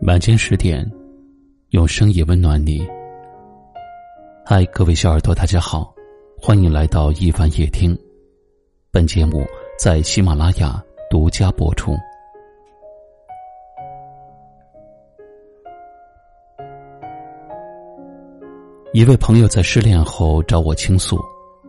晚间10点，用声音温暖你。嗨，各位小耳朵，大家好，欢迎来到一凡夜听。本节目在喜马拉雅独家播出。一位朋友在失恋后找我倾诉，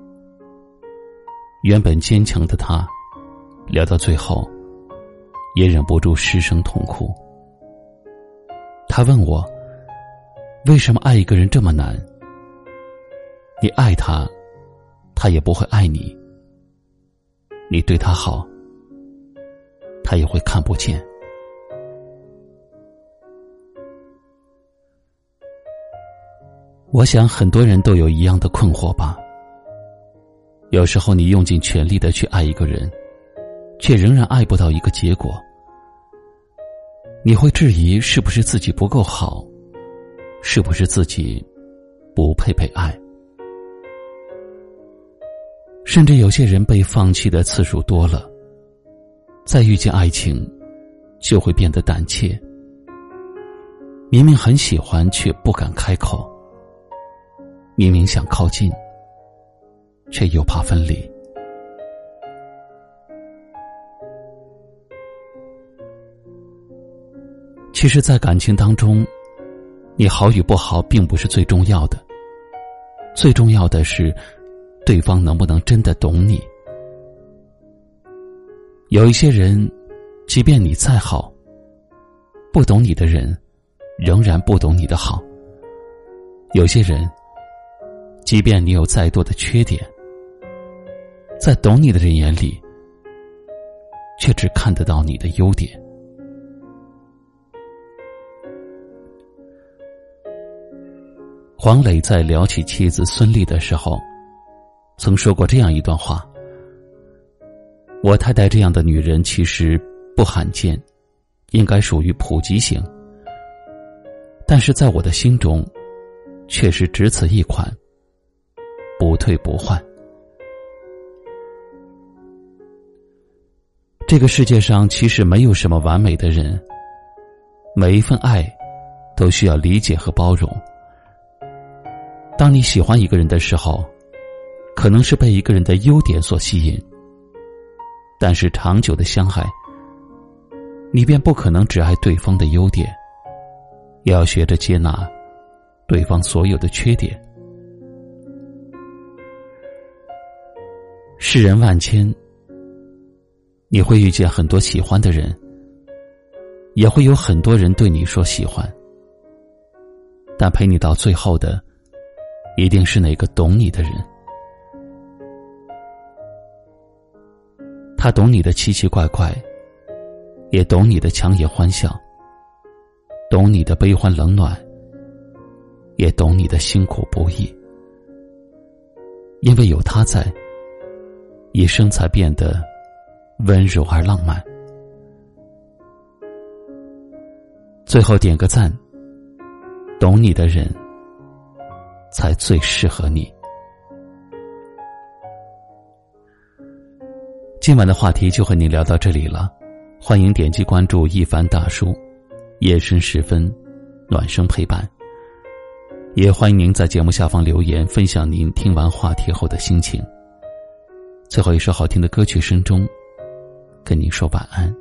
原本坚强的他，聊到最后也忍不住失声痛哭。他问我，为什么爱一个人这么难？你爱他，他也不会爱你；你对他好，他也会看不见。我想很多人都有一样的困惑吧。有时候你用尽全力的去爱一个人，却仍然爱不到一个结果。你会质疑是不是自己不够好，是不是自己不配被爱。甚至有些人被放弃的次数多了，再遇见爱情就会变得胆怯，明明很喜欢却不敢开口，明明想靠近却又怕分离。其实在感情当中，你好与不好并不是最重要的，最重要的是对方能不能真的懂你。有一些人，即便你再好，不懂你的人仍然不懂你的好。有些人，即便你有再多的缺点，在懂你的人眼里却只看得到你的优点。黄磊在聊起妻子孙俪的时候曾说过这样一段话，我太太这样的女人其实不罕见，应该属于普及型，但是在我的心中确实只此一款，不退不换。这个世界上其实没有什么完美的人，每一份爱都需要理解和包容。当你喜欢一个人的时候，可能是被一个人的优点所吸引，但是长久的相爱，你便不可能只爱对方的优点，也要学着接纳对方所有的缺点。世人万千，你会遇见很多喜欢的人，也会有很多人对你说喜欢，但陪你到最后的一定是那个懂你的人。他懂你的奇奇怪怪，也懂你的强颜欢笑，懂你的悲欢冷暖，也懂你的辛苦不易。因为有他在，一生才变得温柔而浪漫。最后点个赞，懂你的人才最适合你。今晚的话题就和你聊到这里了，欢迎点击关注一凡大叔，夜深时分暖声陪伴。也欢迎您在节目下方留言，分享您听完话题后的心情。最后一首好听的歌曲声中，跟您说晚安。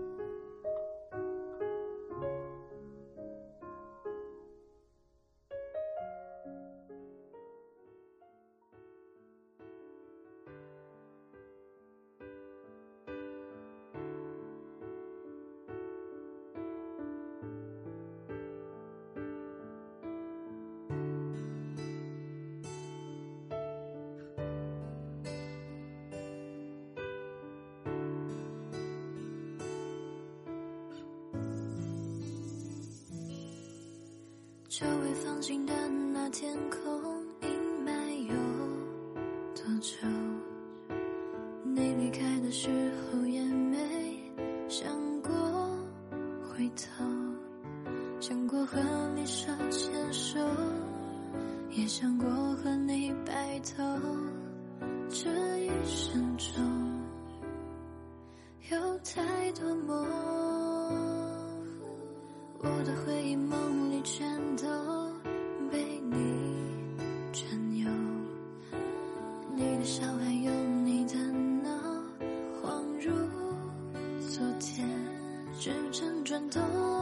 久未放晴的那天空，阴霾有多久？你离开的时候也没想过回头，想过和你手牵手，也想过和你白头。这一生中有太多梦， 我的回忆梦里全都被你占有，你的笑还有你的闹，恍如昨天，指针转动，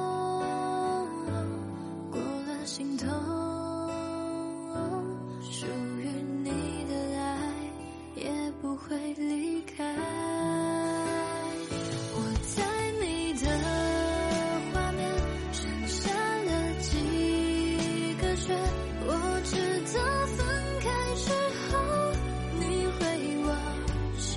过了心痛，属于你的爱也不会离开。我在你的画面剩下了几个圈，我知道分开之后你会忘却，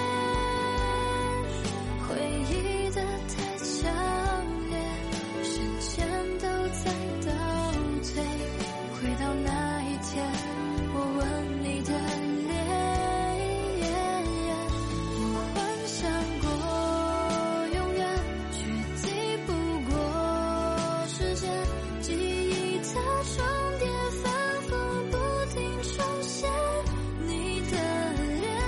回忆的太强烈，时间都在倒退，回到那一天我吻你的脸，我幻想过永远，却抵不过时间，记忆的重叠反复不停重现，你的脸，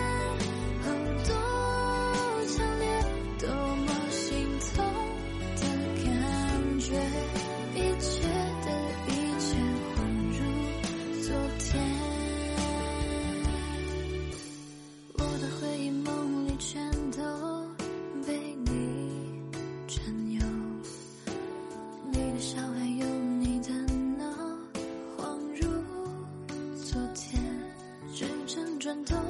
多强烈，多么心痛的感觉，一切的一切恍如昨天，我的回忆梦里全都被你占有，你的笑还有你的闹，恍如昨天，指针转动。